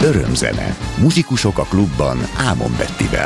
Örömzene. Muzsikusok a klubban Ámon Bettivel.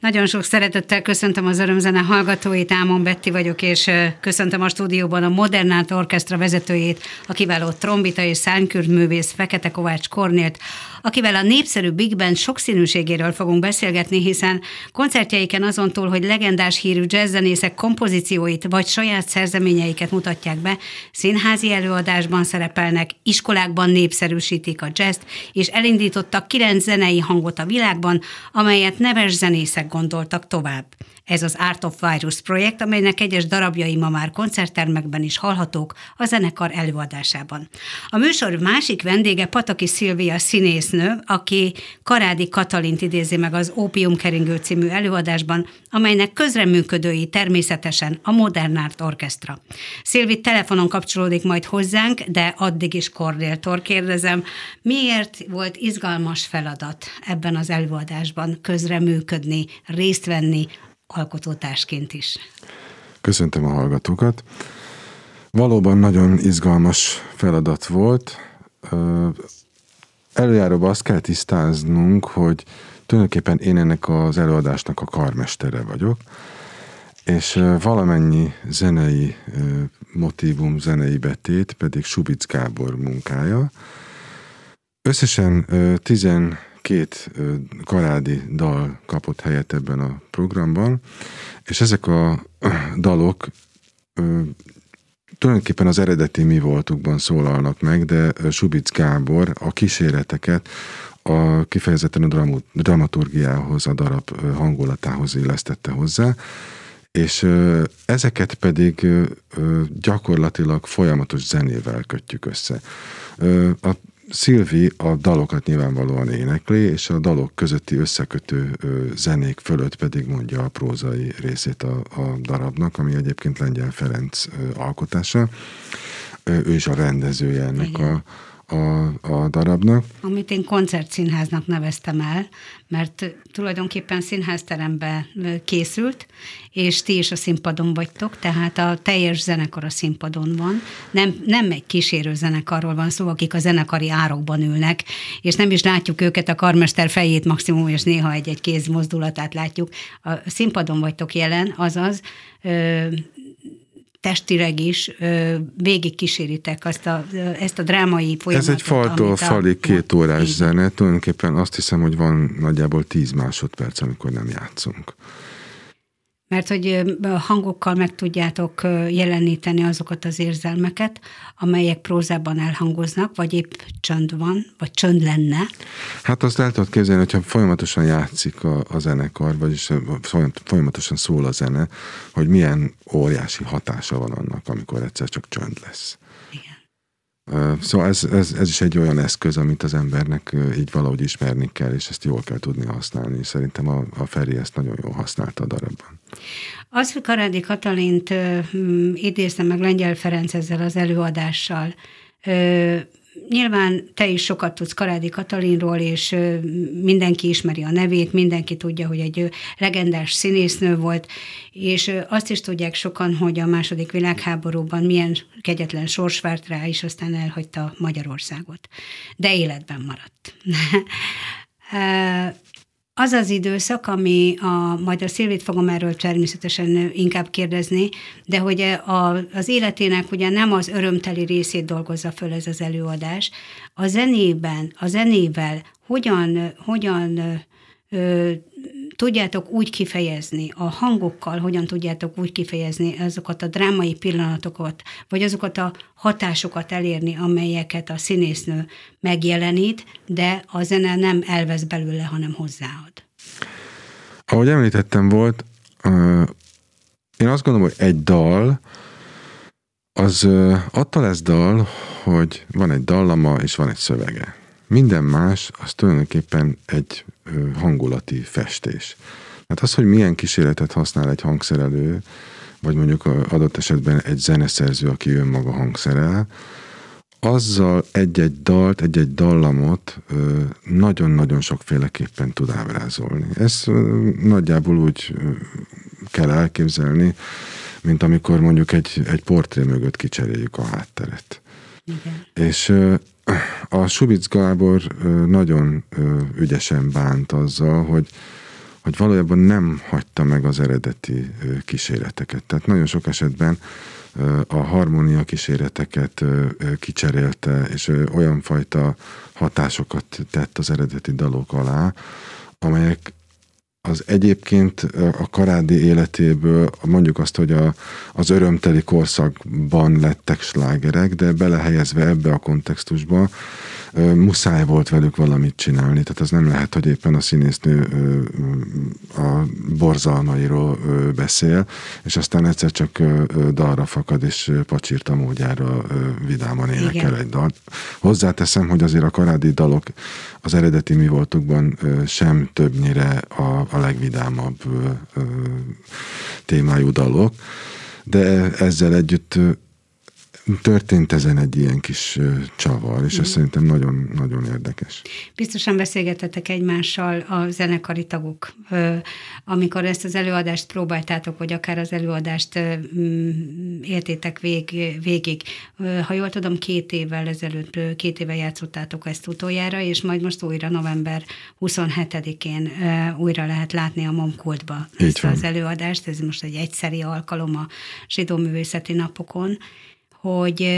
Nagyon sok szeretettel köszöntöm az Örömzene hallgatóit, Ámon Betti vagyok, és köszöntöm a stúdióban a Modern Art Orchestra vezetőjét, a kiváló trombita és szárnykürtművész Fekete Kovács Kornélt, akivel a népszerű Big Band sokszínűségéről fogunk beszélgetni, hiszen koncertjeiken azon túl, hogy legendás hírű jazzzenészek kompozícióit vagy saját szerzeményeiket mutatják be, színházi előadásban szerepelnek, iskolákban népszerűsítik a jazzt, és elindítottak 9 zenei hangot a világban, amelyet neves zenészek gondoltak tovább. Ez az Art of Virus projekt, amelynek egyes darabjai ma már koncerttermekben is hallhatók a zenekar előadásában. A műsor másik vendége Pataki Szilvia színésznő, aki Karádi Katalint idézi meg az Ópiumkeringő című előadásban, amelynek közreműködői természetesen a Modern Art Orchestra. Szilvi telefonon kapcsolódik majd hozzánk, de addig is Kornéltól kérdezem, miért volt izgalmas feladat ebben az előadásban közreműködni, részt venni, alkotótársként is? Köszöntöm a hallgatókat. Valóban nagyon izgalmas feladat volt. Előjáróban azt kell tisztáznunk, hogy tulajdonképpen én ennek az előadásnak a karmestere vagyok, és valamennyi zenei motívum, zenei betét pedig Subic Gábor munkája. Összesen 12 karádi dal kapott helyet ebben a programban, és ezek a dalok tulajdonképpen az eredeti mi voltukban szólalnak meg, de Subic Gábor a kíséreteket kifejezetten a dramaturgiához, a darab hangulatához illesztette hozzá, és ezeket pedig gyakorlatilag folyamatos zenével kötjük össze. A Szilvi a dalokat nyilvánvalóan énekli, és a dalok közötti összekötő zenék fölött pedig mondja a prózai részét a darabnak, ami egyébként Lengyel Ferenc alkotása. Ő is a rendezője ennek a darabnak. Amit én koncertszínháznak neveztem el, mert tulajdonképpen színházteremben készült, és ti is a színpadon vagytok, tehát a teljes zenekar a színpadon van. Nem egy kísérő zenekarról van szó, akik a zenekari árokban ülnek, és nem is látjuk őket, a karmester fejét maximum, és néha egy kézmozdulatát látjuk. A színpadon vagytok jelen, azaz testileg is végig kíséritek ezt a drámai folyamatot. Ez egy faltól falig 2 órás zene, tulajdonképpen azt hiszem, hogy van nagyjából 10 másodperc, amikor nem játszunk. Mert hogy hangokkal meg tudjátok jeleníteni azokat az érzelmeket, amelyek prózában elhangoznak, vagy épp csönd van, vagy csönd lenne. Hát azt el tudod képzelni, hogyha folyamatosan játszik a zenekar, vagyis folyamatosan szól a zene, hogy milyen óriási hatása van annak, amikor egyszer csak csönd lesz. Igen. Szóval ez is egy olyan eszköz, amit az embernek így valahogy ismerni kell, és ezt jól kell tudni használni. Szerintem a Feri ezt nagyon jól használta a darabban. Az, hogy Karádi Katalint idézte meg Lengyel Ferenc ezzel az előadással, nyilván te is sokat tudsz Karádi Katalinról, és mindenki ismeri a nevét, mindenki tudja, hogy egy legendás színésznő volt, és azt is tudják sokan, hogy a II. Világháborúban milyen kegyetlen sors várt rá, és aztán elhagyta Magyarországot. De életben maradt. Az az időszak, ami majd a Szilvit fogom erről természetesen inkább kérdezni, de hogy az életének ugye nem az örömteli részét dolgozza föl ez az előadás. A zenével hogyan tudjátok úgy kifejezni, a hangokkal hogyan tudjátok úgy kifejezni azokat a drámai pillanatokat, vagy azokat a hatásokat elérni, amelyeket a színésznő megjelenít, de a zene nem elvesz belőle, hanem hozzáad. Ahogy említettem volt, én azt gondolom, hogy egy dal, az attól lesz dal, hogy van egy dallama és van egy szövege. Minden más, az tulajdonképpen egy hangulati festés. Hát az, hogy milyen kísérletet használ egy hangszerelő, vagy mondjuk adott esetben egy zeneszerző, aki önmaga hangszerel, azzal egy-egy dalt, egy-egy dallamot nagyon-nagyon sokféleképpen tud ábrázolni. Ezt nagyjából úgy kell elképzelni, mint amikor mondjuk egy portré mögött kicseréljük a hátteret. Igen. És a Subic Gábor nagyon ügyesen bánt azzal, hogy hogy valójában nem hagyta meg az eredeti kíséreteket. Tehát nagyon sok esetben a harmónia kíséreteket kicserélte, és olyan fajta hatásokat tett az eredeti dalok alá, amelyek az egyébként a Karádi életéből, mondjuk azt, hogy az örömteli korszakban lettek slágerek, de belehelyezve ebbe a kontextusba, muszáj volt velük valamit csinálni. Tehát az nem lehet, hogy éppen a színésznő a borzalmairól beszél, és aztán egyszer csak dalra fakad, és pacsírta módjára vidáman énekel egy dalt. Hozzáteszem, hogy azért a Karádi dalok az eredeti mi voltukban sem többnyire a legvidámabb témájú dalok, de ezzel együtt történt ezen egy ilyen kis csavar, és ez szerintem nagyon, nagyon érdekes. Biztosan beszélgetettek egymással a zenekari tagok, amikor ezt az előadást próbáltátok, vagy akár az előadást éltétek végig. Ha jól tudom, 2 éve játszottátok ezt utoljára, és majd most újra november 27-én újra lehet látni a Momkultba ezt az előadást. Ez most egy egyszeri alkalom a Zsidó Művészeti Napokon, hogy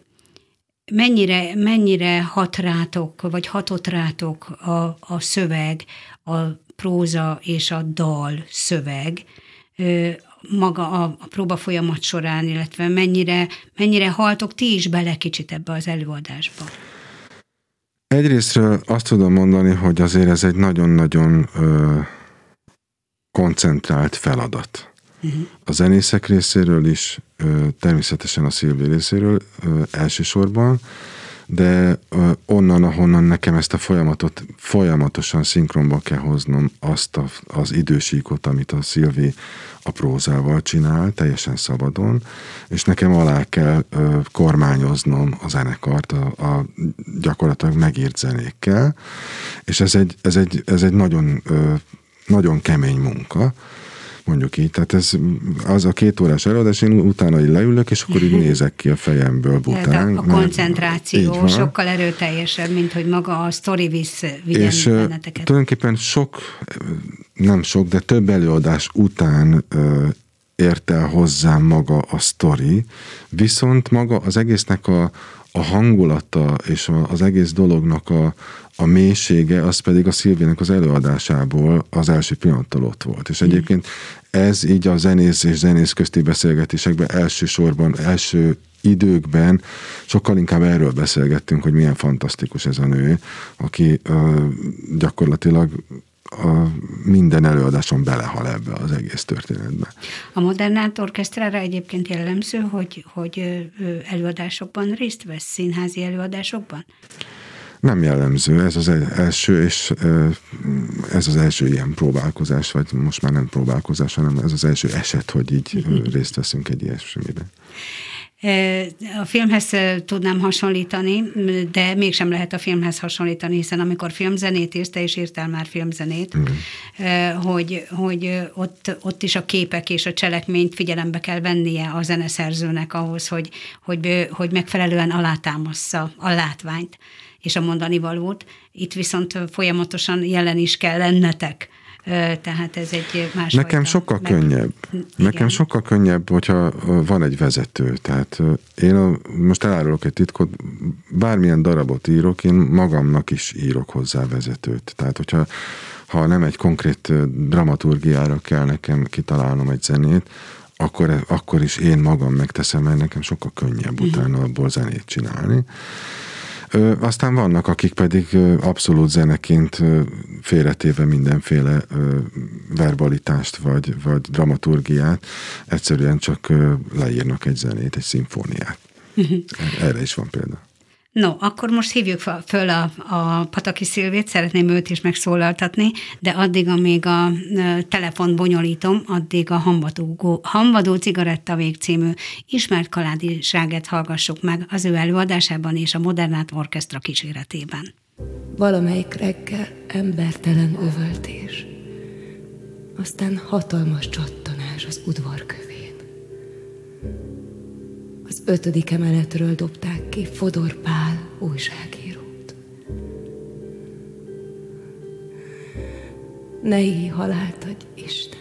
mennyire hat rátok, vagy hatott rátok a szöveg, a próza és a dal szöveg maga a próba folyamat során, illetve mennyire haltok ti is bele kicsit ebbe az előadásba? Egyrésztről azt tudom mondani, hogy azért ez egy nagyon-nagyon koncentrált feladat. A zenészek részéről is, természetesen a Szilvi részéről elsősorban, de onnan, ahonnan nekem ezt a folyamatot folyamatosan szinkronba kell hoznom azt az idősíkot, amit a Szilvi a prózával csinál, teljesen szabadon, és nekem alá kell kormányoznom a zenekart a gyakorlatilag megírt zenékkel, és ez egy nagyon, nagyon kemény munka, mondjuk így, tehát az a 2 órás előadás, én utána így leülök, és akkor így nézek ki a fejemből bután. A koncentráció sokkal erőteljesebb, mint hogy maga a sztori vigyen benneteket. Tulajdonképpen nem sok, de több előadás után ért el hozzám maga a sztori, viszont maga az egésznek a hangulata és az egész dolognak a mélysége, az pedig a Szilvinek az előadásából az első pillanattól ott volt. És egyébként ez így a zenész és zenész közti beszélgetésekben elsősorban, első időkben sokkal inkább erről beszélgettünk, hogy milyen fantasztikus ez a nő, aki gyakorlatilag minden előadáson belehal ebbe az egész történetbe. A Modern Art Orchestrára egyébként jellemző, hogy előadásokban részt vesz, színházi előadásokban? Nem jellemző, ez az első, és ez az első ilyen próbálkozás, vagy most már nem próbálkozás, hanem ez az első eset, hogy így részt veszünk egy ilyesmiben. A filmhez tudnám hasonlítani, de mégsem lehet a filmhez hasonlítani, hiszen amikor filmzenét írsz, te is írtál már filmzenét, hogy ott is a képek és a cselekményt figyelembe kell vennie a zeneszerzőnek ahhoz, hogy megfelelően alátámassza a látványt és a mondani valót. Itt viszont folyamatosan jelen is kell lennetek. Tehát ez egy másfajta... Nekem sokkal könnyebb. Nekem sokkal könnyebb, hogyha van egy vezető. Tehát én most elárulok egy titkot, bármilyen darabot írok, én magamnak is írok hozzá vezetőt. Tehát ha nem egy konkrét dramaturgiára kell nekem kitalálnom egy zenét, akkor is én magam megteszem, mert nekem sokkal könnyebb utána abból zenét csinálni. Aztán vannak, akik pedig abszolút zeneként félretéve mindenféle verbalitást vagy dramaturgiát, egyszerűen csak leírnak egy zenét, egy szimfóniát. Erre is van példa. No, akkor most hívjuk föl a Pataki Szilvét, szeretném őt is megszólaltatni, de addig, amíg a telefont bonyolítom, addig a Hamvadó Cigarettavég című ismert kaládi slágert hallgassuk meg az ő előadásában és a Modern Art Orchestra kíséretében. Valamelyik reggel embertelen üvöltés, aztán hatalmas csattanás az udvar kövén. Az 5. emeletről dobták ki Fodor Pál újságírót. ne éj halált adj Istenem.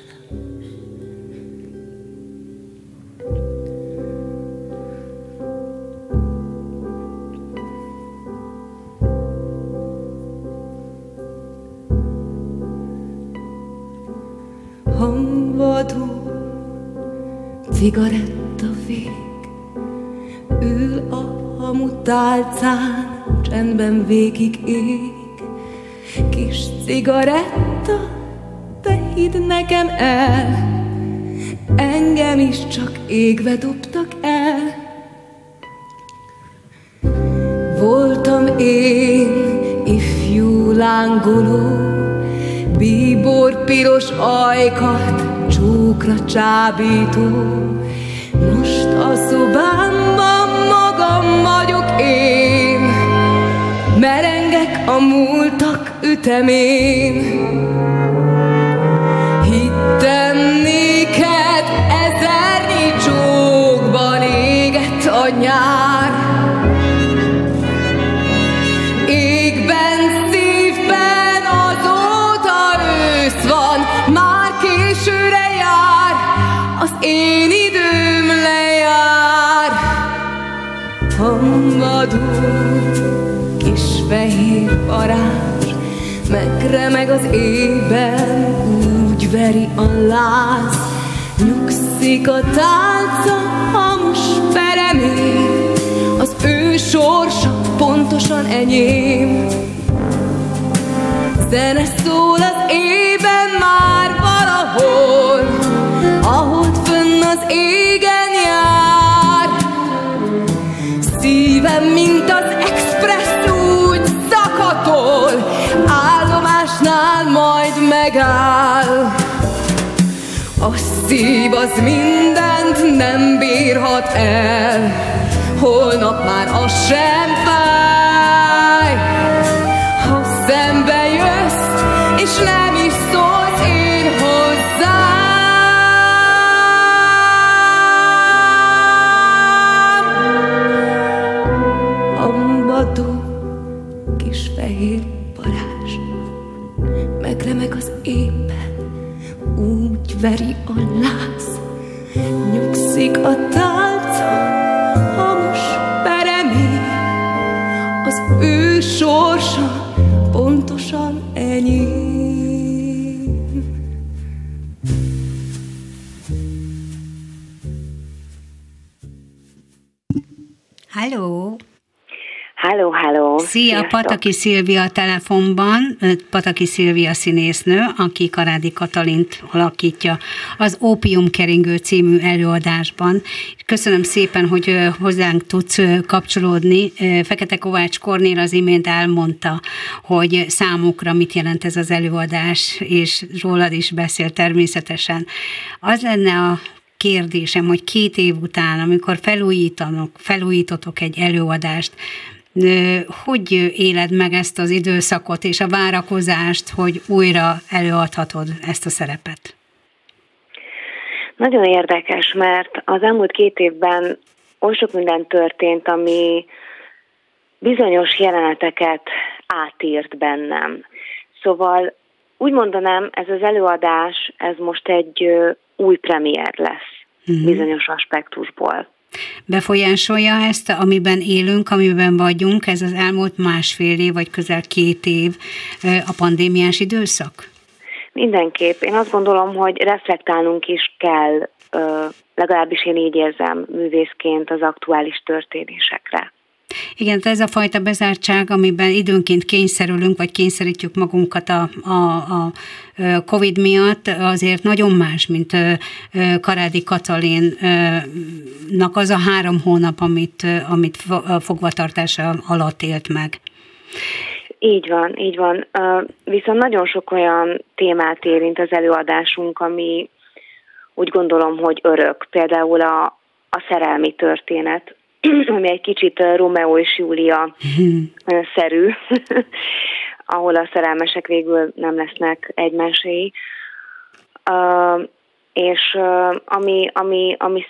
Hamvadó cigaretta vég, ül a hamutálcán, csendben végig ég. Kis cigaretta, de hidd nekem el, engem is csak égve dobtak el. Voltam én ifjú lángoló, bíbor piros ajkat csókra csábító. Most a szobámban magam vagyok én, merengek a múltak ütemén. Hittem néked ezernyi csókban égett a nyár. Égben, szívben azóta ősz van, már későre jár, az én időm lejár. Hamvadó kis fehér varázs, megremeg az ében, úgy veri a láz. Nyugszik a tálca, hamos peremén, az ő sorsa pontosan enyém. Zene szól az ében már valahol, ahol fönn az égen jár. Szívem, mint az express úgy szakatol, állomásnál majd megáll. A szív az mindent nem bírhat el, holnap már az sem fáj. Ha szembe jössz, és nem is szólsz én hozzám. Hamvadó kis fehér varázs, megremeg az ében, úgy veri a láz. Nyugszik a tálca, hamos peremén, az ő sorsa pontosan enyém. Halló! Halló, halló! Szia, Sziasztok. Pataki Szilvia a telefonban, Pataki Szilvia színésznő, aki Karádi Katalint alakítja az Ópium keringő című előadásban. Köszönöm szépen, hogy hozzánk tudsz kapcsolódni. Fekete Kovács Kornél az imént elmondta, hogy számukra mit jelent ez az előadás, és rólad is beszél természetesen. Az lenne a kérdésem, hogy 2 év után, amikor felújítotok egy előadást, hogy éled meg ezt az időszakot és a várakozást, hogy újra előadhatod ezt a szerepet? Nagyon érdekes, mert az elmúlt 2 évben oly sok minden történt, ami bizonyos jeleneteket átírt bennem. Szóval úgy mondanám, ez az előadás, ez most egy új premier lesz bizonyos aspektusból. Befolyásolja ezt, amiben élünk, amiben vagyunk, ez az elmúlt 1,5 év, vagy közel 2 év a pandémiás időszak? Mindenképp. Én azt gondolom, hogy reflektálnunk is kell, legalábbis én így érzem művészként az aktuális történésekre. Igen, ez a fajta bezártság, amiben időnként kényszerülünk, vagy kényszerítjük magunkat a Covid miatt, azért nagyon más, mint Karádi Katalinnak az a 3 hónap, amit fogvatartása alatt élt meg. Így van. Viszont nagyon sok olyan témát érint az előadásunk, ami úgy gondolom, hogy örök. Például a szerelmi történet, ami egy kicsit Rómeó és Júlia szerű, ahol a szerelmesek végül nem lesznek egymáséi. És ami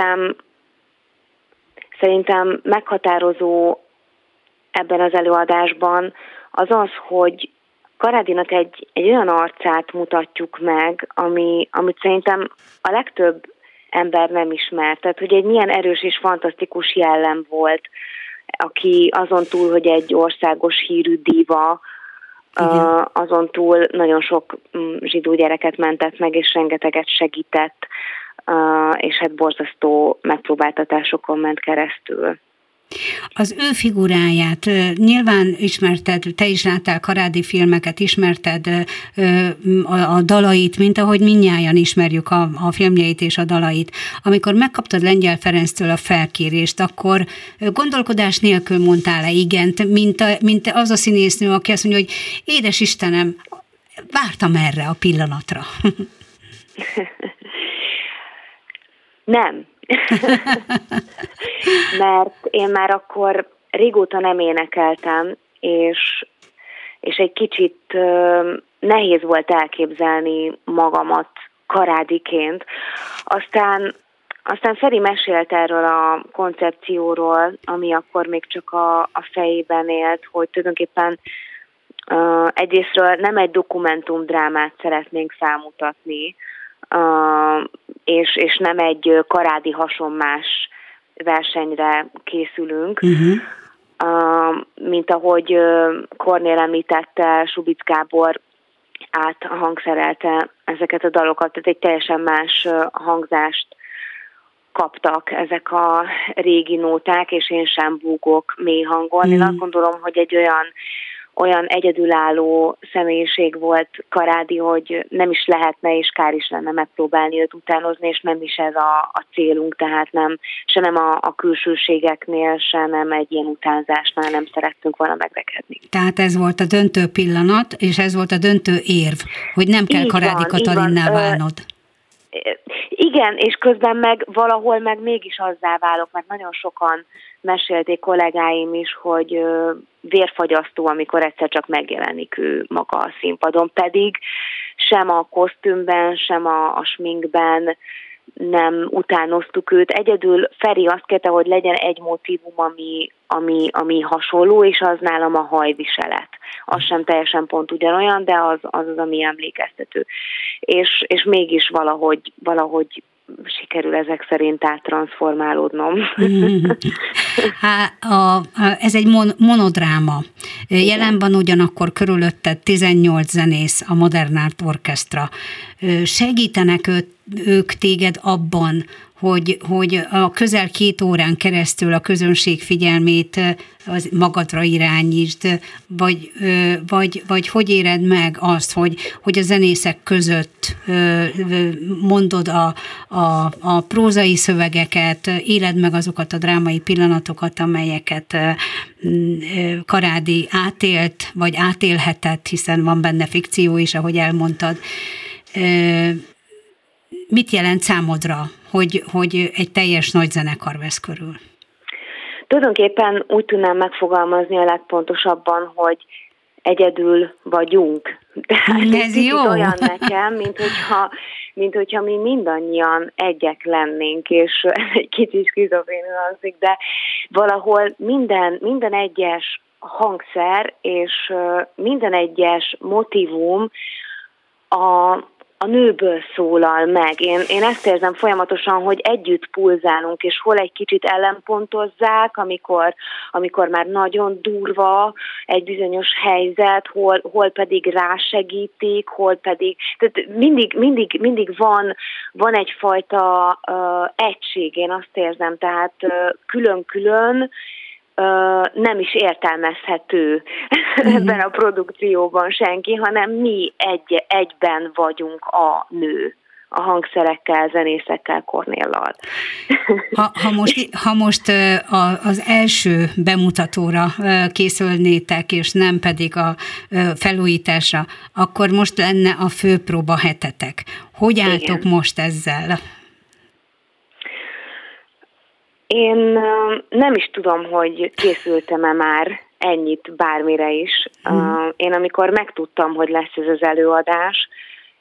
szerintem meghatározó ebben az előadásban, az az, hogy Karádinak egy olyan arcát mutatjuk meg, amit szerintem a legtöbb ember nem ismer. Tehát, hogy egy milyen erős és fantasztikus jellem volt, aki azon túl, hogy egy országos hírű díva, azon túl nagyon sok zsidó gyereket mentett meg, és rengeteget segített, és hát borzasztó megpróbáltatásokon ment keresztül. Az ő figuráját nyilván ismerted, te is láttál Karádi filmeket, ismerted a dalait, mint ahogy mindnyájan ismerjük a filmjeit és a dalait. Amikor megkaptad Lengyel Ferenctől a felkérést, akkor gondolkodás nélkül mondtál-e igent, mint az a színésznő, aki azt mondja, hogy édes Istenem, vártam erre a pillanatra. Nem. Mert én már akkor régóta nem énekeltem, és egy kicsit nehéz volt elképzelni magamat Karádiként. Aztán Feri mesélt erről a koncepcióról, ami akkor még csak a fejében élt, hogy tulajdonképpen egyrésztről nem egy dokumentumdrámát szeretnénk felmutatni, és nem egy Karádi hasonmás versenyre készülünk, mint ahogy Kornél említette, Subic Gábor áthangszerelte ezeket a dalokat, tehát egy teljesen más hangzást kaptak ezek a régi nóták, és én sem búgok mély hangon. Én azt gondolom, hogy egy olyan egyedülálló személyiség volt Karádi, hogy nem is lehetne, és kár is lenne megpróbálni őt utánozni, és nem is ez a célunk, tehát nem a külsőségeknél, se nem egy ilyen utánzásnál nem szerettünk volna megrekedni. Tehát ez volt a döntő pillanat, és ez volt a döntő érv, hogy nem kell Karádi Katalinnál válnod. Igen, és közben meg valahol meg mégis azzá válok, mert nagyon sokan mesélték kollégáim is, hogy vérfagyasztó, amikor egyszer csak megjelenik ő maga a színpadon, pedig sem a kosztümben, sem a sminkben nem utánoztuk őt. Egyedül Feri azt kérte, hogy legyen egy motívum, ami hasonló, és az nálam a hajviselet. Az sem teljesen pont ugyanolyan, de az, ami emlékeztető. És mégis valahogy sikerül ezek szerint áttranszformálódnom. Ez egy monodráma. Jelen van ugyanakkor körülötted 18 zenész, a Modern Art Orchestra. Segítenek ők téged abban, hogy a közel 2 órán keresztül a közönség figyelmét az magadra irányítsd, vagy hogy éred meg azt, hogy a zenészek között mondod a prózai szövegeket, éled meg azokat a drámai pillanatokat, amelyeket Karádi átélt, vagy átélhetett, hiszen van benne fikció is, ahogy elmondtad. Mit jelent számodra, hogy egy teljes nagy zenekar vesz körül? Tulajdonképpen úgy tudnám megfogalmazni a legpontosabban, hogy egyedül vagyunk. Ez jó. Olyan nekem, mint hogyha mi mindannyian egyek lennénk, és egy kicsit skizofrénül hangzik, de valahol minden egyes hangszer és minden egyes motívum a nőből szólal meg. Én ezt érzem folyamatosan, hogy együtt pulzálunk, és hol egy kicsit ellenpontozzák, amikor már nagyon durva egy bizonyos helyzet, hol pedig rásegítik, hol pedig... Tehát mindig van egyfajta egység, én azt érzem, tehát külön-külön nem is értelmezhető ebben a produkcióban senki, hanem mi egyben vagyunk a nő, a hangszerekkel, zenészekkel, Kornéllal. Ha most az első bemutatóra készülnétek, és nem pedig a felújításra, akkor most lenne a főpróba hetetek. Hogy álltok most ezzel? Én nem is tudom, hogy készültem-e már ennyit bármire is. Én amikor megtudtam, hogy lesz ez az előadás,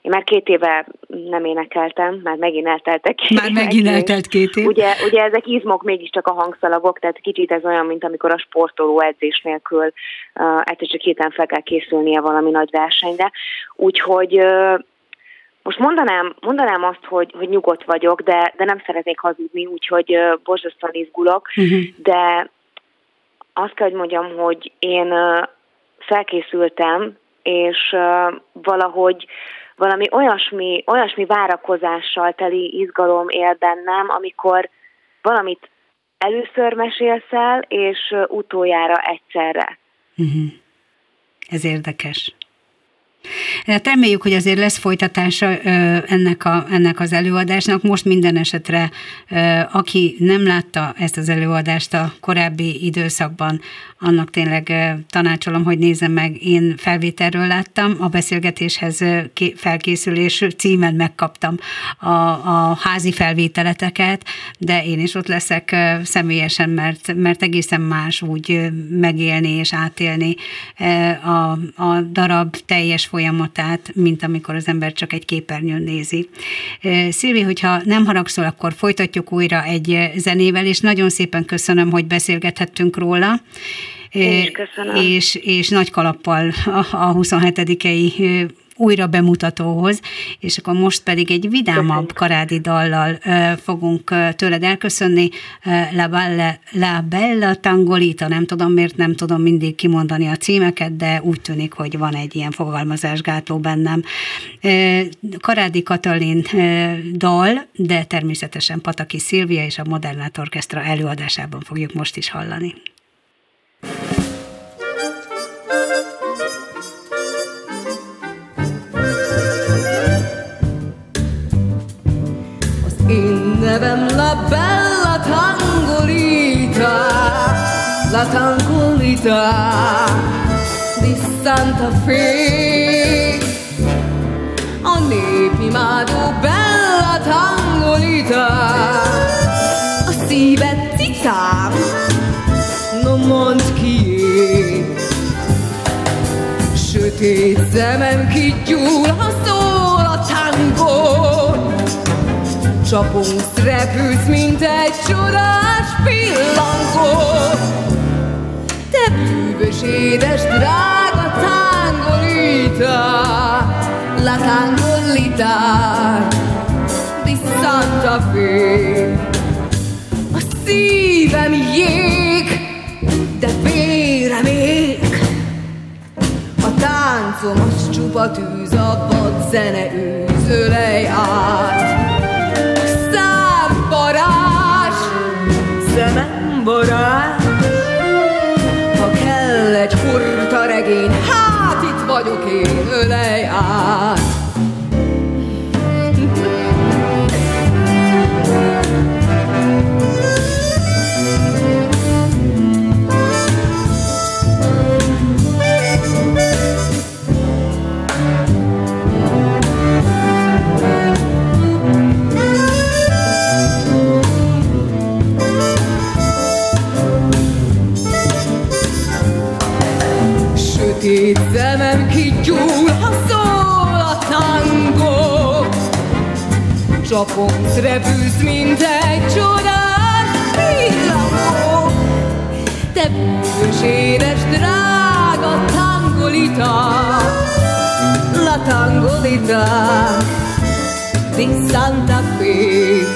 Én már 2 éve nem énekeltem, már megint elteltek 2 Már megint eltelt 2 év. Ugye ezek izmok, mégiscsak a hangszalagok, tehát kicsit ez olyan, mint amikor a sportoló edzés nélkül egyszer csak héten fel kell készülnie valami nagy versenyre. Úgyhogy most mondanám azt, hogy nyugodt vagyok, de nem szeretnék hazudni, úgyhogy borzasztóan izgulok, de azt kell, hogy mondjam, hogy én felkészültem, és valahogy valami olyasmi várakozással teli izgalom él bennem, amikor valamit először mesélsz el, és utoljára egyszerre. Ez érdekes. Hát reméljük, hogy azért lesz folytatása ennek az előadásnak. Most minden esetre, aki nem látta ezt az előadást a korábbi időszakban, annak tényleg tanácsolom, hogy nézzem meg. Én felvételről láttam, a beszélgetéshez felkészülés címen megkaptam a házi felvételeteket, de én is ott leszek személyesen, mert egészen más úgy megélni és átélni a darab teljes folyamatát, mint amikor az ember csak egy képernyőn nézi. Szilvi, hogyha nem haragszol, akkor folytatjuk újra egy zenével, és nagyon szépen köszönöm, hogy beszélgethettünk róla. Én is köszönöm. És nagy kalappal a 27-i újra bemutatóhoz, és akkor most pedig egy vidámabb karádi dallal fogunk tőled elköszönni. La Bella Tangolita, nem tudom miért, nem tudom mindig kimondani a címeket, de úgy tűnik, hogy van egy ilyen fogalmazásgátló bennem. Karádi Katalin dal, de természetesen Pataki Szilvia és a Modernát Orchestra előadásában fogjuk most is hallani. Én nevem La Bella Tangolita, La Tangolita di Santa Fe. A népimádó Bella Tangolita, a szíved cicám, no mondd kié. Sötét szemem kigyúl, ha szól a tangó. Csapongsz, repülsz, mint egy csodás pillangó. Te bűvös, édes, drága Tangolita, La Tangolita di Santa Fe. A szívem jég, de vérem ég. A táncom az csupa tűz, a vad zene űz, ölej át. Varázs, szemem varázs. Ha kell egy furta regény, hát itt vagyok én, ölej át. Sötét szemem kigyúl, ha szól a tangó. Csapongsz, repülsz, mint egy csodás pillangó. Te bűvös, édes, drága Tangolita, La Tangolita di Santa Fe.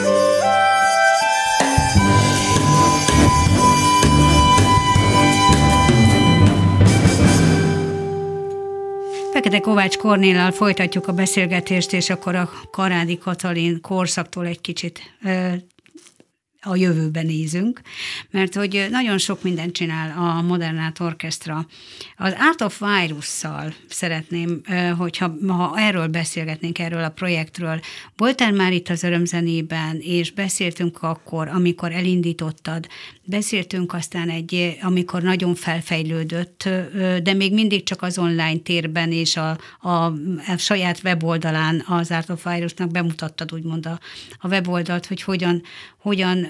Fekete Kovács Kornéllal folytatjuk a beszélgetést, és akkor a Karádi Katalin korszaktól egy kicsit a jövőbe nézünk, mert hogy nagyon sok mindent csinál a Modernát Orchestra. Az Art of Virus-szal szeretném, ha erről beszélgetnénk, erről a projektről. Voltál már itt az Örömzenében, és beszéltünk akkor, amikor elindítottad, beszéltünk aztán amikor nagyon felfejlődött, de még mindig csak az online térben és a saját weboldalán az Art of Virus-nak bemutattad úgymond a weboldalt, hogy hogyan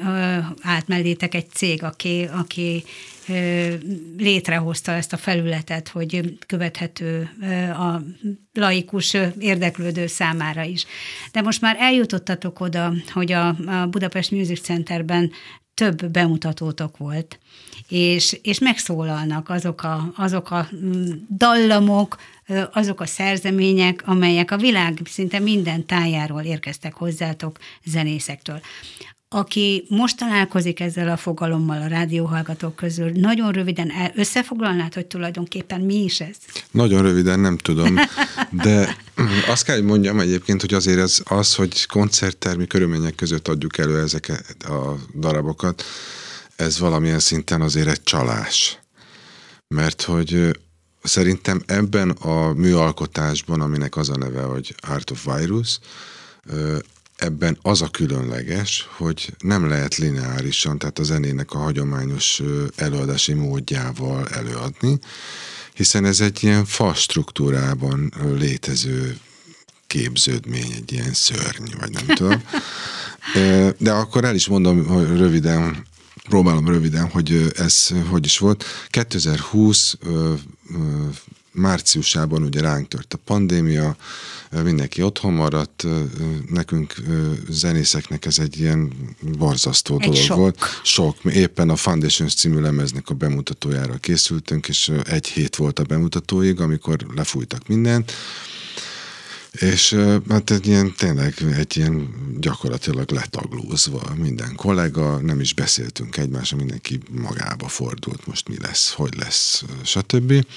állt mellétek egy cég, aki létrehozta ezt a felületet, hogy követhető a laikus érdeklődő számára is. De most már eljutottatok oda, hogy a Budapest Music Centerben több bemutatótok volt, és megszólalnak azok a dallamok, azok a szerzemények, amelyek a világ szinte minden tájáról érkeztek hozzátok zenészektől. Aki most találkozik ezzel a fogalommal a rádióhallgatók közül, nagyon röviden összefoglalnád, hogy tulajdonképpen mi is ez? Nagyon röviden nem tudom, de azt kell, hogy mondjam egyébként, hogy azért ez az, hogy koncerttermi körülmények között adjuk elő ezeket a darabokat, ez valamilyen szinten azért egy csalás. Mert hogy szerintem ebben a műalkotásban, aminek az a neve, hogy Art of Virus, ebben az a különleges, hogy nem lehet lineárisan, tehát a zenének a hagyományos előadási módjával előadni, hiszen ez egy ilyen fa struktúrában létező képződmény, egy ilyen szörny, vagy nem tudom. De akkor el is mondom, hogy próbálom röviden, hogy ez hogy is volt. 2020 márciusában ugye ránk tört a pandémia, mindenki otthon maradt, nekünk zenészeknek ez egy ilyen borzasztó dolog volt. Sok. Éppen a Foundations című lemeznek a bemutatójára készültünk, és egy hét volt a bemutatóig, amikor lefújtak mindent, és hát tényleg egy ilyen gyakorlatilag letaglózva minden kollega, nem is beszéltünk egymásra, mindenki magába fordult, most mi lesz, hogy lesz, stb.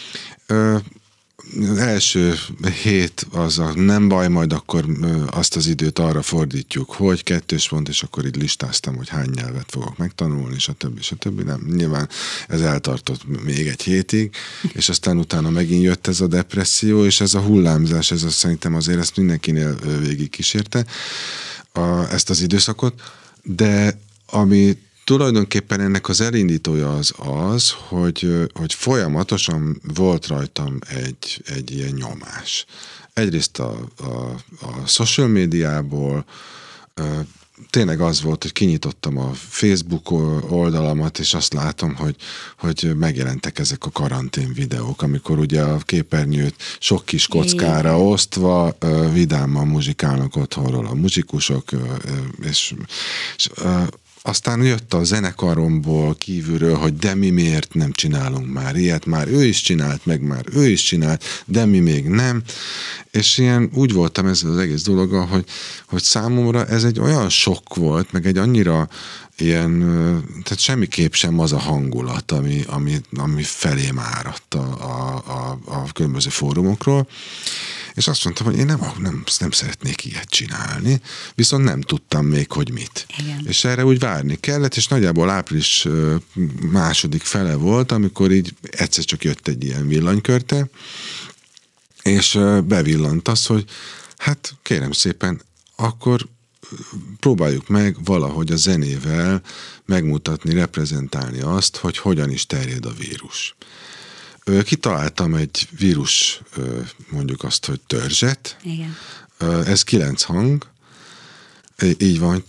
Az első hét az a nem baj, majd akkor azt az időt arra fordítjuk, hogy 2 pont, és akkor így listáztam, hogy hány nyelvet fogok megtanulni, stb. Nem, nyilván ez eltartott még egy hétig, és aztán utána megint jött ez a depresszió, és ez a hullámzás, ez szerintem azért ezt mindenkinél végig kísérte ezt az időszakot, de ami tulajdonképpen ennek az elindítója az, hogy folyamatosan volt rajtam egy ilyen nyomás. Egyrészt a social médiából, tényleg az volt, hogy kinyitottam a Facebook oldalamat, és azt látom, hogy megjelentek ezek a karantén videók, amikor ugye a képernyőt sok kis kockára osztva vidáman muzsikálnak otthonról a muzsikusok, és aztán jött a zenekaromból kívülről, hogy de mi miért nem csinálunk már ilyet, már ő is csinált, meg már ő is csinált, de mi még nem. És ilyen úgy voltam ezzel az egész dologgal, hogy számomra ez egy olyan sok volt, meg egy annyira ilyen, tehát semmiképp sem az a hangulat, ami felém áradt a különböző fórumokról. És azt mondtam, hogy én nem szeretnék ilyet csinálni, viszont nem tudtam még, hogy mit. Igen. És erre úgy várni kellett, és nagyjából április második fele volt, amikor így egyszer csak jött egy ilyen villanykörte, és bevillant az, hogy hát kérem szépen, akkor próbáljuk meg valahogy a zenével megmutatni, reprezentálni azt, hogy hogyan is terjed a vírus. Kitaláltam egy vírus, mondjuk azt, hogy törzset. Igen. Ez 9 hang. Így van.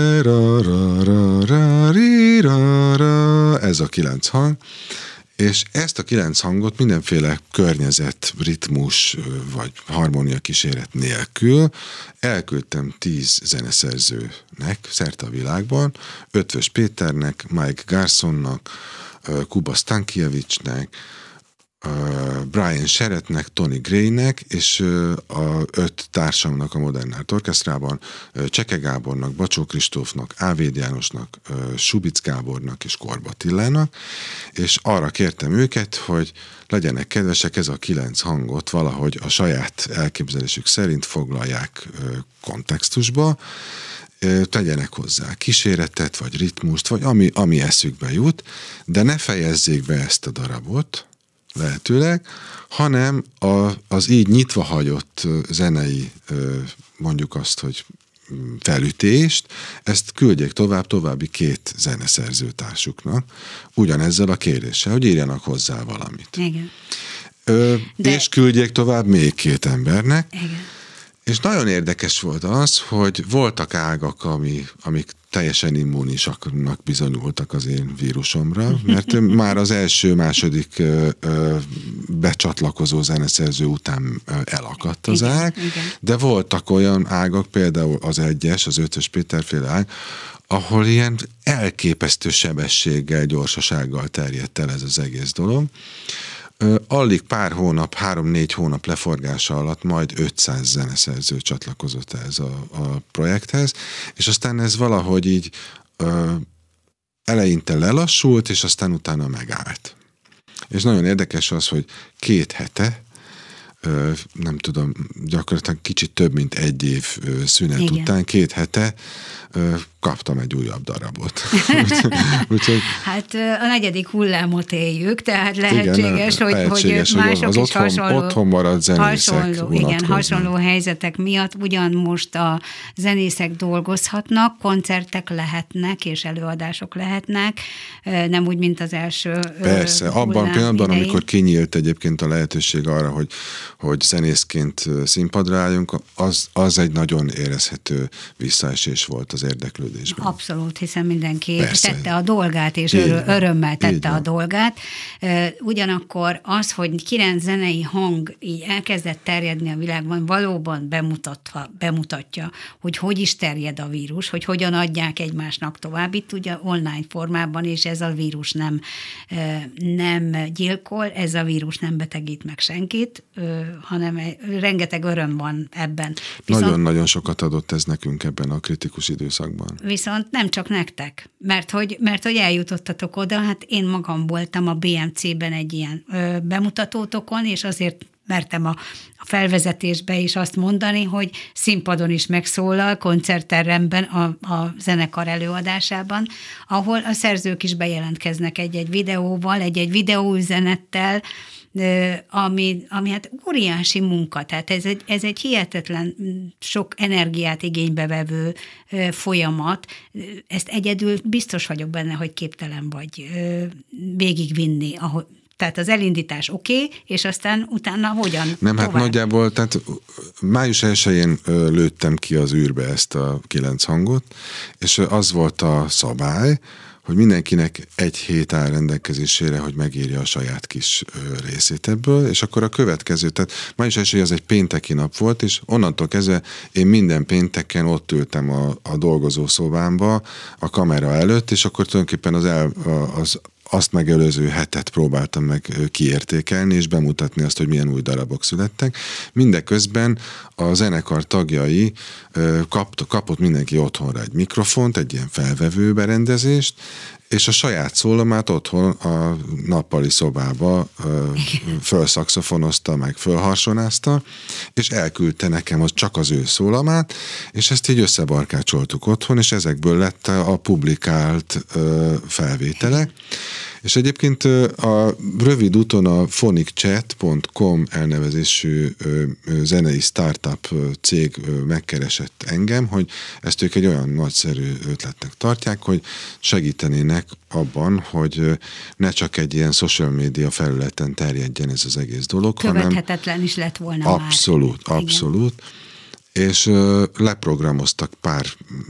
Ez a 9 hang. És ezt a 9 hangot mindenféle környezet, ritmus vagy harmónia kíséret nélkül elküldtem 10 zeneszerzőnek szerte a világban, Ötvös Péternek, Mike Garsonnak, Kuba Stankiewicznek, Brian Sherrettnek, Tony Graynek, és a 5 társamnak a Modern Art Orchestrában, Cseke Gábornak, Bacsó Kristófnak, Ávéd Jánosnak, Subic Gábornak és Korba Attilának, és arra kértem őket, hogy legyenek kedvesek, ez a 9 hangot valahogy a saját elképzelésük szerint foglalják kontextusba, tegyenek hozzá kíséretet, vagy ritmust, vagy ami eszükbe jut, de ne fejezzék be ezt a darabot, lehetőleg, hanem az így nyitva hagyott zenei, mondjuk azt, hogy felütést, ezt küldjék további 2 zeneszerzőtársuknak, ugyanezzel a kéréssel, hogy írjanak hozzá valamit. Igen. És küldjék tovább még 2 embernek. Igen. És nagyon érdekes volt az, hogy voltak ágak, amik teljesen immunisaknak bizonyultak az én vírusomra, mert már az első-második becsatlakozó zeneszerző után elakadt az ág, de voltak olyan ágak, például az 1-es, az 5-ös Péterféle ág, ahol ilyen elképesztő sebességgel, gyorsasággal terjedt el ez az egész dolog. Alig pár hónap, 3-4 hónap leforgása alatt majd 500 zeneszerző csatlakozott ez a projekthez, és aztán ez valahogy így eleinte lelassult, és aztán utána megállt. És nagyon érdekes az, hogy 2 hete, nem tudom, gyakorlatilag kicsit több mint 1 év szünet után, 2 hete kaptam egy újabb darabot. Úgyhogy, hát a 4. hullámot éljük, tehát lehetséges, hogy mások az is otthon maradt zenészek hasonló helyzetek miatt ugyan most a zenészek dolgozhatnak, koncertek lehetnek, és előadások lehetnek, nem úgy, mint az első persze, abban a pillanatban, amikor kinyílt egyébként a lehetőség arra, hogy zenészként színpadra álljunk, az egy nagyon érezhető visszaesés volt az érdeklődésben. Abszolút, hiszen mindenki tette a dolgát, és örömmel tette a dolgát. Ugyanakkor az, hogy 9 zenei hang így elkezdett terjedni a világban, valóban bemutatja, hogy is terjed a vírus, hogy hogyan adják egymásnak tovább. Itt ugye online formában, és ez a vírus nem gyilkol, ez a vírus nem betegít meg senkit, hanem rengeteg öröm van ebben. Nagyon-nagyon sokat adott ez nekünk ebben a kritikus időszakban. Viszont nem csak nektek, mert hogy eljutottatok oda, hát én magam voltam a BMC-ben egy ilyen bemutatótokon, és azért mertem a felvezetésbe is azt mondani, hogy színpadon is megszólal, koncertteremben, a zenekar előadásában, ahol a szerzők is bejelentkeznek egy-egy videóval, egy-egy videóüzenettel, ami hát óriási munka, tehát ez egy hihetetlen sok energiát igénybe vevő folyamat. Ezt egyedül biztos vagyok benne, hogy képtelen vagy végigvinni, tehát az elindítás oké, és aztán utána hogyan Nem, tovább? Hát nagyjából, tehát május 1-én lőttem ki az űrbe ezt a 9 hangot, és az volt a szabály, hogy mindenkinek 1 hét áll rendelkezésére, hogy megírja a saját kis részét ebből, és akkor a következő, tehát május 1 az egy pénteki nap volt, és onnantól kezdve én minden pénteken ott ültem a dolgozószobámba, a kamera előtt, és akkor tulajdonképpen azt megelőző hetet próbáltam meg kiértékelni, és bemutatni azt, hogy milyen új darabok születtek. Mindeközben a zenekar tagjai kapott mindenki otthonra egy mikrofont, egy ilyen felvevő berendezést, és a saját szólomát otthon a nappali szobába fölszaxofonozta, meg fölharsonázta, és elküldte nekem csak az ő szólamát, és ezt így összebarkácsoltuk otthon, és ezekből lett a publikált felvételek. És egyébként a rövid úton a phonicchat.com elnevezésű zenei startup cég megkeresett engem, hogy ezt ők egy olyan nagyszerű ötletnek tartják, hogy segítenének abban, hogy ne csak egy ilyen social media felületen terjedjen ez az egész dolog, követhetetlen hanem is lett volna abszolút, már. Abszolút. Igen. És leprogramoztak pár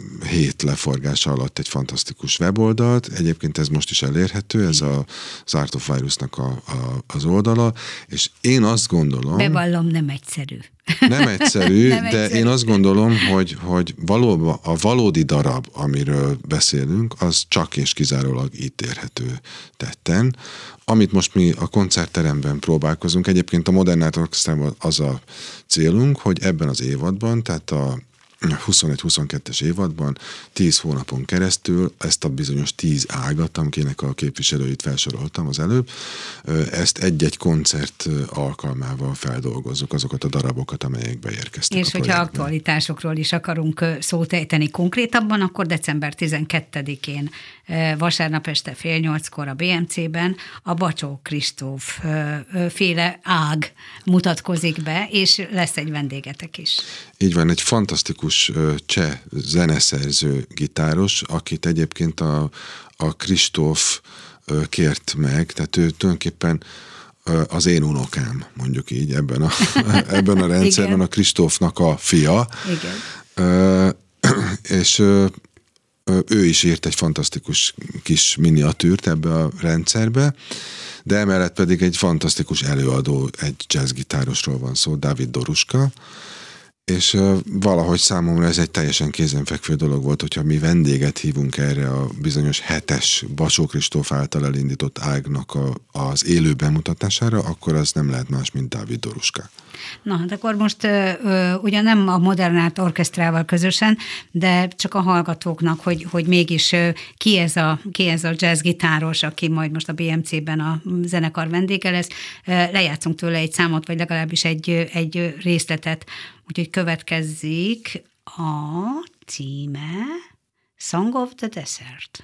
hét leforgása alatt egy fantasztikus weboldalt. Egyébként ez most is elérhető, ez az Art of Virusnak az oldala, és én azt gondolom... Bevallom, nem egyszerű. Nem egyszerű, én azt gondolom, hogy valóban a valódi darab, amiről beszélünk, az csak és kizárólag itt érhető tetten. Amit most mi a koncertteremben próbálkozunk, egyébként a Modern Orchestrában az a célunk, hogy ebben az évadban, tehát a 21-22-es évadban 10 hónapon keresztül ezt a bizonyos 10 ágat, aminek a képviselőit felsoroltam az előbb, ezt egy-egy koncert alkalmával feldolgozzuk azokat a darabokat, amelyek beérkeztek. És hogyha aktualitásokról is akarunk szót ejteni konkrétabban, akkor december 12-én vasárnap este 7:30-kor a BMC-ben a Bacsó Kristóf féle ág mutatkozik be, és lesz egy vendégetek is. Így van, egy fantasztikus cseh zeneszerző gitáros, akit egyébként a Kristóf kért meg, tehát ő tulajdonképpen az én unokám, mondjuk így, ebben a rendszerben, a Kristófnak a fia. Igen. És ő is írt egy fantasztikus kis miniatűrt ebbe a rendszerbe, de emellett pedig egy fantasztikus előadó, egy jazzgitárosról van szó, Dávid Doruska, és valahogy számomra ez egy teljesen kézenfekvő dolog volt, hogyha mi vendéget hívunk erre a bizonyos 7-es Basó Kristóf által elindított ágnak az élő bemutatására, akkor az nem lehet más, mint Dávid Doruska. Na, hát akkor most ugyan nem a Modern Art Orchestrával közösen, de csak a hallgatóknak, hogy mégis ki ez a jazzgitáros, aki majd most a BMC-ben a zenekar vendége lesz. Lejátszunk tőle egy számot, vagy legalábbis egy részletet. Úgyhogy következik a címe Song of the Desert.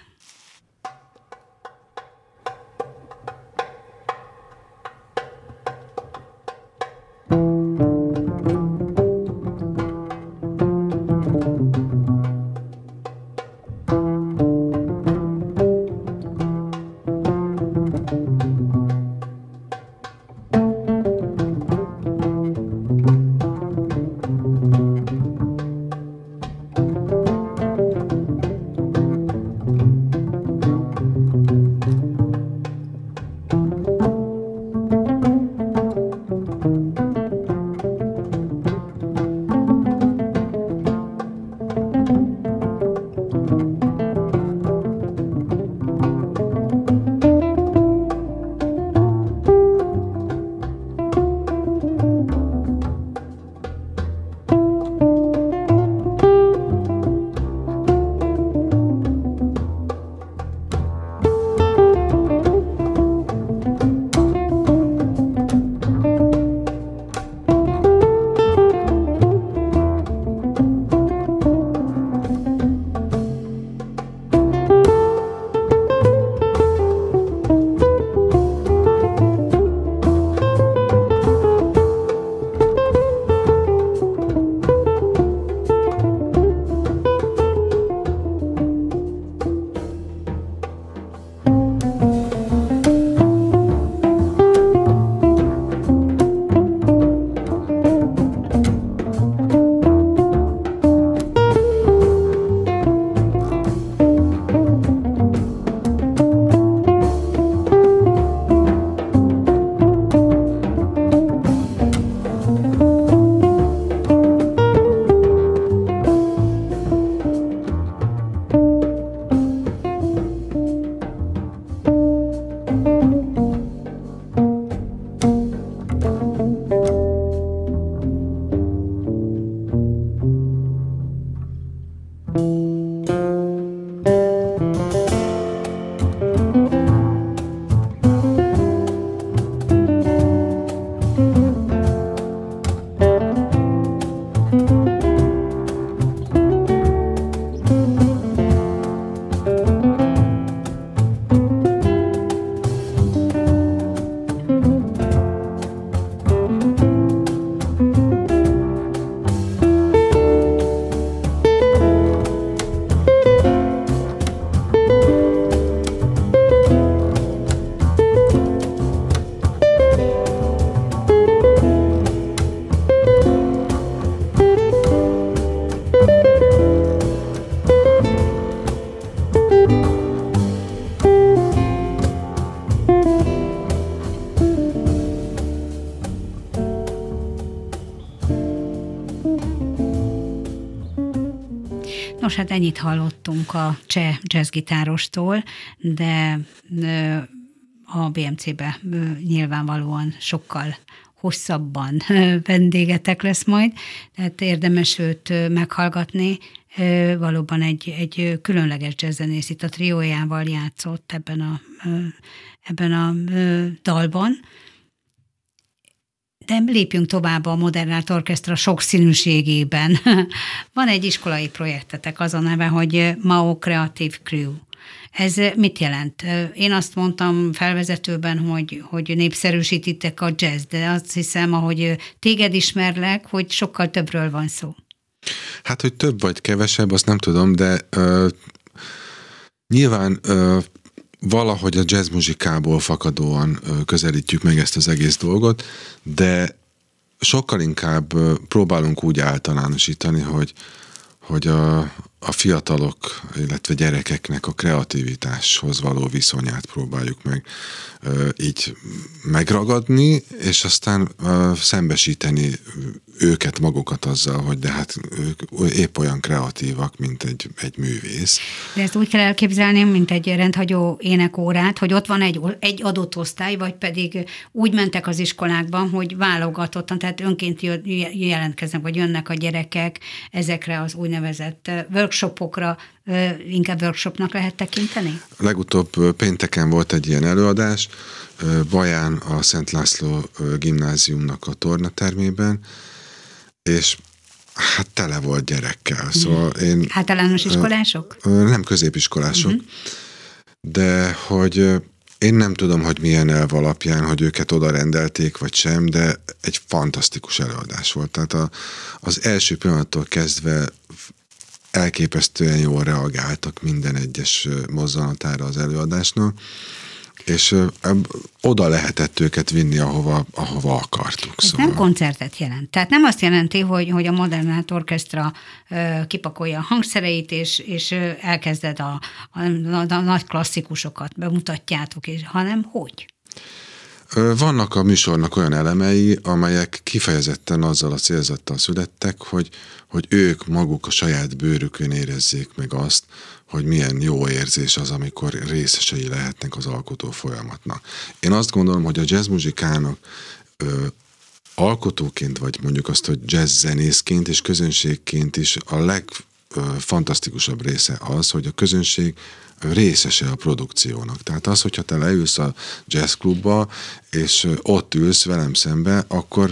Nos, hát ennyit hallottunk a cseh jazzgitárostól, de a BMC-be nyilvánvalóan sokkal hosszabban vendégetek lesz majd, tehát érdemes őt meghallgatni. Valóban egy különleges jazzzenész, itt a triójával játszott ebben a dalban. De lépjünk tovább a Modern Art Orchestra sokszínűségében. Van egy iskolai projektetek, az a neve, hogy Mao Creative Crew. Ez mit jelent? Én azt mondtam felvezetőben, hogy népszerűsítitek a jazz, de azt hiszem, ahogy téged ismerlek, hogy sokkal többről van szó. Hát, hogy több vagy kevesebb, azt nem tudom, de nyilván valahogy a jazzmuzikából fakadóan közelítjük meg ezt az egész dolgot, de sokkal inkább próbálunk úgy általánosítani, hogy a fiatalok, illetve gyerekeknek a kreativitáshoz való viszonyát próbáljuk meg így megragadni, és aztán szembesíteni őket, magukat azzal, hogy de hát ők épp olyan kreatívak, mint egy művész. De ezt úgy kell elképzelni, mint egy rendhagyó énekórát, hogy ott van egy adott osztály, vagy pedig úgy mentek az iskolákban, hogy válogatottan, tehát önként jelentkeznek, vagy jönnek a gyerekek ezekre az úgynevezett workshopokra, inkább workshopnak lehet tekinteni? Legutóbb pénteken volt egy ilyen előadás, Baján a Szent László gimnáziumnak a tornatermében, és hát tele volt gyerekkel. Szóval én... Általános iskolások? Nem középiskolások, de hogy én nem tudom, hogy milyen elv alapján, hogy őket oda rendelték, vagy sem, de egy fantasztikus előadás volt. Tehát az első pillanattól kezdve elképesztően jól reagáltak minden egyes mozzanatára az előadásnak, és oda lehetett őket vinni, ahova akartuk. Ez szóval. Nem koncertet jelent. Tehát nem azt jelenti, hogy a Modern Art Orchestra kipakolja a hangszereit, és elkezded a nagy klasszikusokat, bemutatjátok, hanem hogy? Vannak a műsornak olyan elemei, amelyek kifejezetten azzal a célzattal születtek, hogy ők maguk a saját bőrükön érezzék meg azt, hogy milyen jó érzés az, amikor részesei lehetnek az alkotó folyamatnak. Én azt gondolom, hogy a jazzmuzikának alkotóként, vagy mondjuk azt, hogy jazzzenészként és közönségként is a legfantasztikusabb része az, hogy a közönség részese a produkciónak. Tehát az, hogyha te leülsz a jazzklubba, és ott ülsz velem szembe, akkor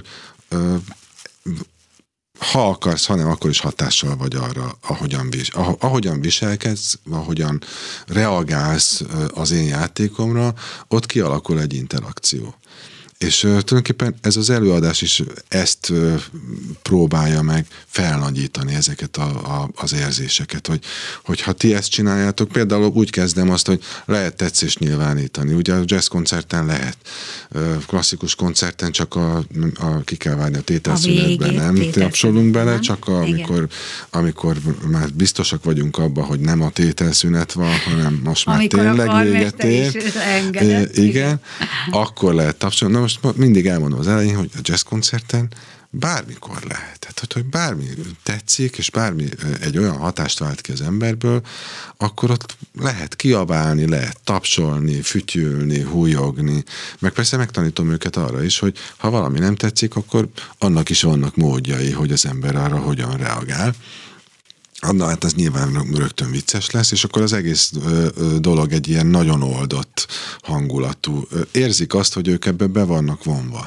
ha akarsz, hanem akkor is hatással vagy arra, ahogyan viselkedsz, ahogyan reagálsz az én játékomra, ott kialakul egy interakció. És tulajdonképpen ez az előadás is ezt próbálja meg felnagyítani, ezeket az érzéseket, hogy ha ti ezt csináljátok, például úgy kezdem azt, hogy lehet tetszést nyilvánítani. Ugye a jazz koncerten lehet, klasszikus koncerten csak ki kell várni a tételszünetben, nem tapsolunk bele, nem? Csak amikor már biztosak vagyunk abban, hogy nem a tételszünet van, hanem most már tényleg véget ér. Igen, akkor lehet tapsolni. Na most mindig elmondom az elején, hogy a jazz koncerten bármikor lehet. Tehát, hogy bármi tetszik, és bármi egy olyan hatást vált ki az emberből, akkor ott lehet kiabálni, lehet tapsolni, fütyülni, hújogni, meg persze megtanítom őket arra is, hogy ha valami nem tetszik, akkor annak is vannak módjai, hogy az ember arra hogyan reagál. Na, hát ez nyilván rögtön vicces lesz, és akkor az egész dolog egy ilyen nagyon oldott hangulatú. Érzik azt, hogy ők ebbe be vannak vonva.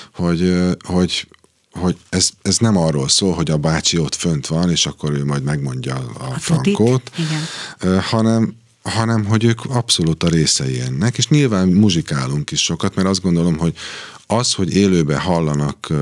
Hogy ez nem arról szól, hogy a bácsi ott fönt van, és akkor ő majd megmondja a frankót, hanem hogy ők abszolút a részei ennek, és nyilván muzsikálunk is sokat, mert azt gondolom, hogy az, hogy élőben hallanak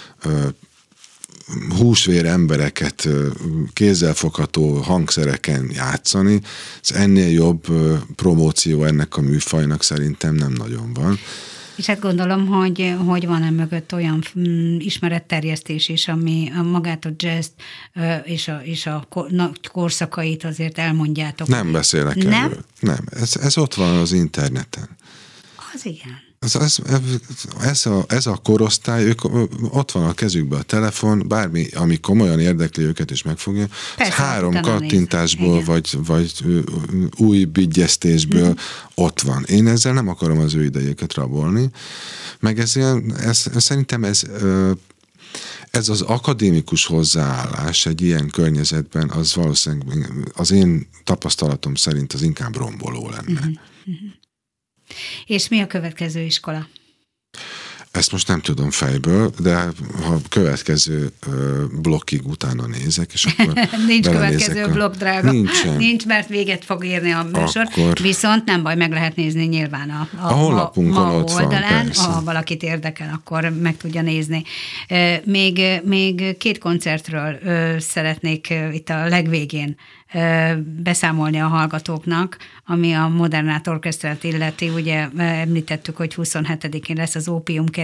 húsvér embereket kézzelfogható hangszereken játszani, ez ennél jobb promóció ennek a műfajnak szerintem nem nagyon van. És hát gondolom, hogy van mögött olyan ismeretterjesztés is, ami magát a jazzt és a korszakait azért elmondjátok. Nem beszélek erről. Nem. Ez ott van az interneten. Az igen. Ez a korosztály, ők ott van a kezükben a telefon, bármi, ami komolyan érdekli őket és megfogja, persze, 3 kattintásból vagy új bigyeztésből ott van. Én ezzel nem akarom az ő idejéket rabolni, meg szerintem ez az akadémikus hozzáállás egy ilyen környezetben, az valószínűleg az én tapasztalatom szerint az inkább romboló lenne. És mi a következő iskola? Ezt most nem tudom fejből, de ha a következő blokkig utána nézek, és akkor nincs következő blokk, drága. Nincsen. Nincs, mert véget fog érni a műsor. Viszont nem baj, meg lehet nézni nyilván a honlapunkon ott oldalán. Van, ha valakit érdekel, akkor meg tudja nézni. Még 2 koncertről szeretnék itt a legvégén beszámolni a hallgatóknak, ami a Modern Art Orchestrát illeti. Ugye említettük, hogy 27-én lesz az Ópium Kerék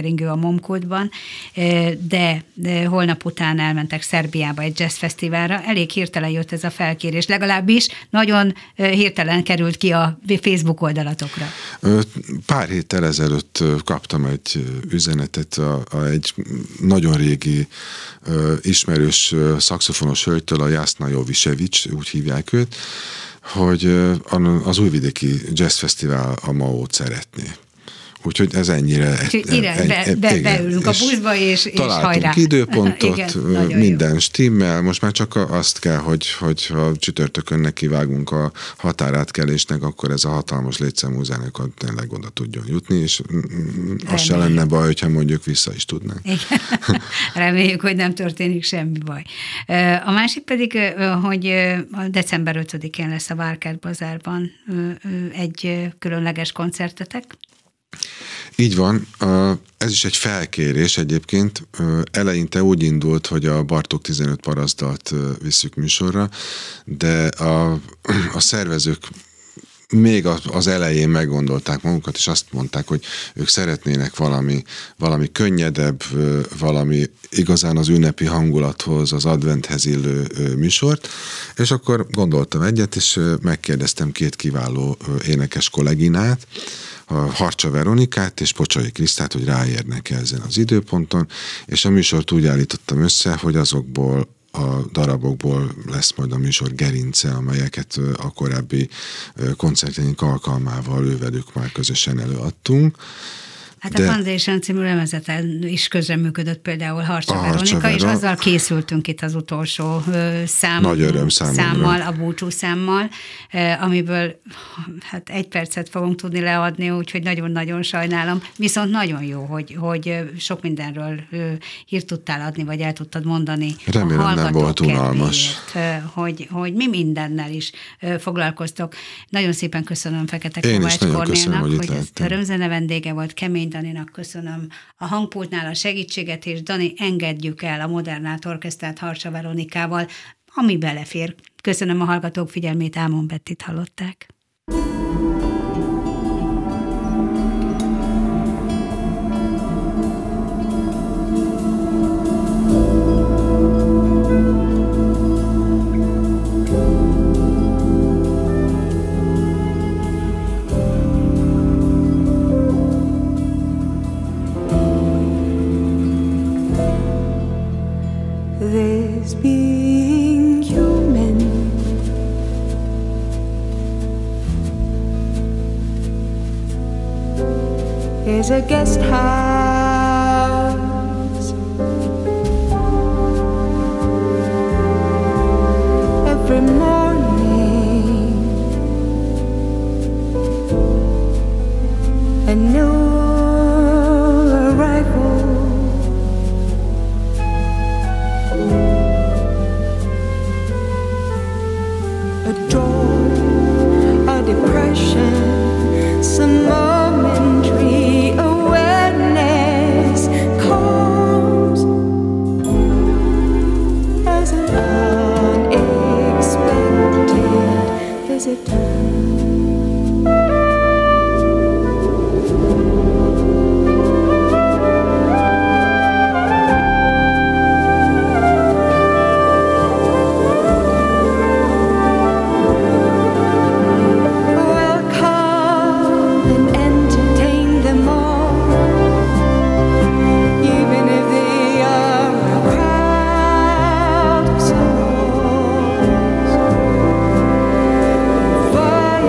sikeringő a Momkultban, de holnap után elmentek Szerbiába egy jazzfesztiválra. Elég hirtelen jött ez a felkérés, legalábbis nagyon hirtelen került ki a Facebook oldalatokra. Pár héttel ezelőtt kaptam egy üzenetet egy nagyon régi ismerős szaxofonos hölgytől, a Jasna Jovisevics, úgy hívják őt, hogy az Újvidéki Jazz Fesztivál a Mao-t szeretné. Úgyhogy ez ennyire... Beülünk a buszba, és találtunk hajrá. időpontot, igen, minden stimmel. Most már csak azt kell, hogy ha csütörtökön nekivágunk a határátkelésnek, akkor ez a hatalmas létszámú zenekar tényleg oda tudjon jutni, és az se lenne baj, hogyha mondjuk vissza is tudnánk. Igen. Reméljük, hogy nem történik semmi baj. A másik pedig, hogy december 5-én lesz a Várkert Bazárban egy különleges koncertetek. Így van, ez is egy felkérés egyébként. Eleinte úgy indult, hogy a Bartók 15 parasztdalt visszük műsorra, de a szervezők még az elején meggondolták magukat, és azt mondták, hogy ők szeretnének valami könnyedebb, valami igazán az ünnepi hangulathoz, az adventhez illő műsort, és akkor gondoltam egyet, és megkérdeztem két kiváló énekes kolléginát, a Harcsa Veronikát és Pocsai Krisztát, hogy ráérnek ezen az időponton, és a műsort úgy állítottam össze, hogy azokból a darabokból lesz majd a műsor gerince, amelyeket a korábbi koncertjeink alkalmával ővelük már közösen előadtunk. Hát a Foundation című lemezeten is közreműködött például Harcsa Veronika, és azzal készültünk itt az utolsó számmal, a búcsú számmal, amiből hát 1 percet fogunk tudni leadni, úgyhogy nagyon-nagyon sajnálom. Viszont nagyon jó, hogy sok mindenről hírt tudtál adni, vagy el tudtad mondani. Remélem nem volt unalmas. Hogy mi mindennel is foglalkoztok. Nagyon szépen köszönöm Fekete Kovács Kornélnak, hogy ez örömzene vendége volt, Kemény Daninak köszönöm a hangpultnál a segítséget, és Dani, engedjük el a Modern Art Orchestrát Harcsa Veronikával, ami belefér. Köszönöm a hallgatók figyelmét, Ámon Bettit hallották. This being human is a guest house. Every morning a new arrival. A joy, a depression, some momentary awareness comes as an unexpected visitor. Fire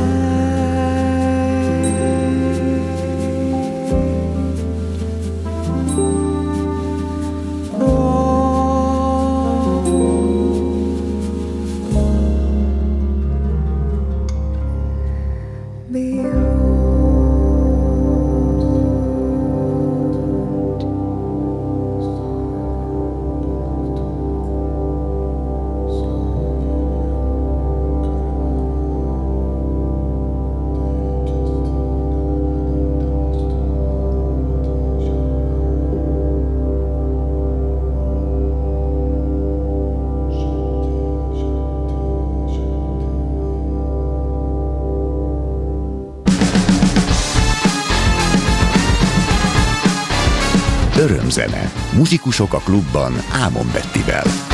Örömzene. Muzsikusok a klubban Ámon Bettivel.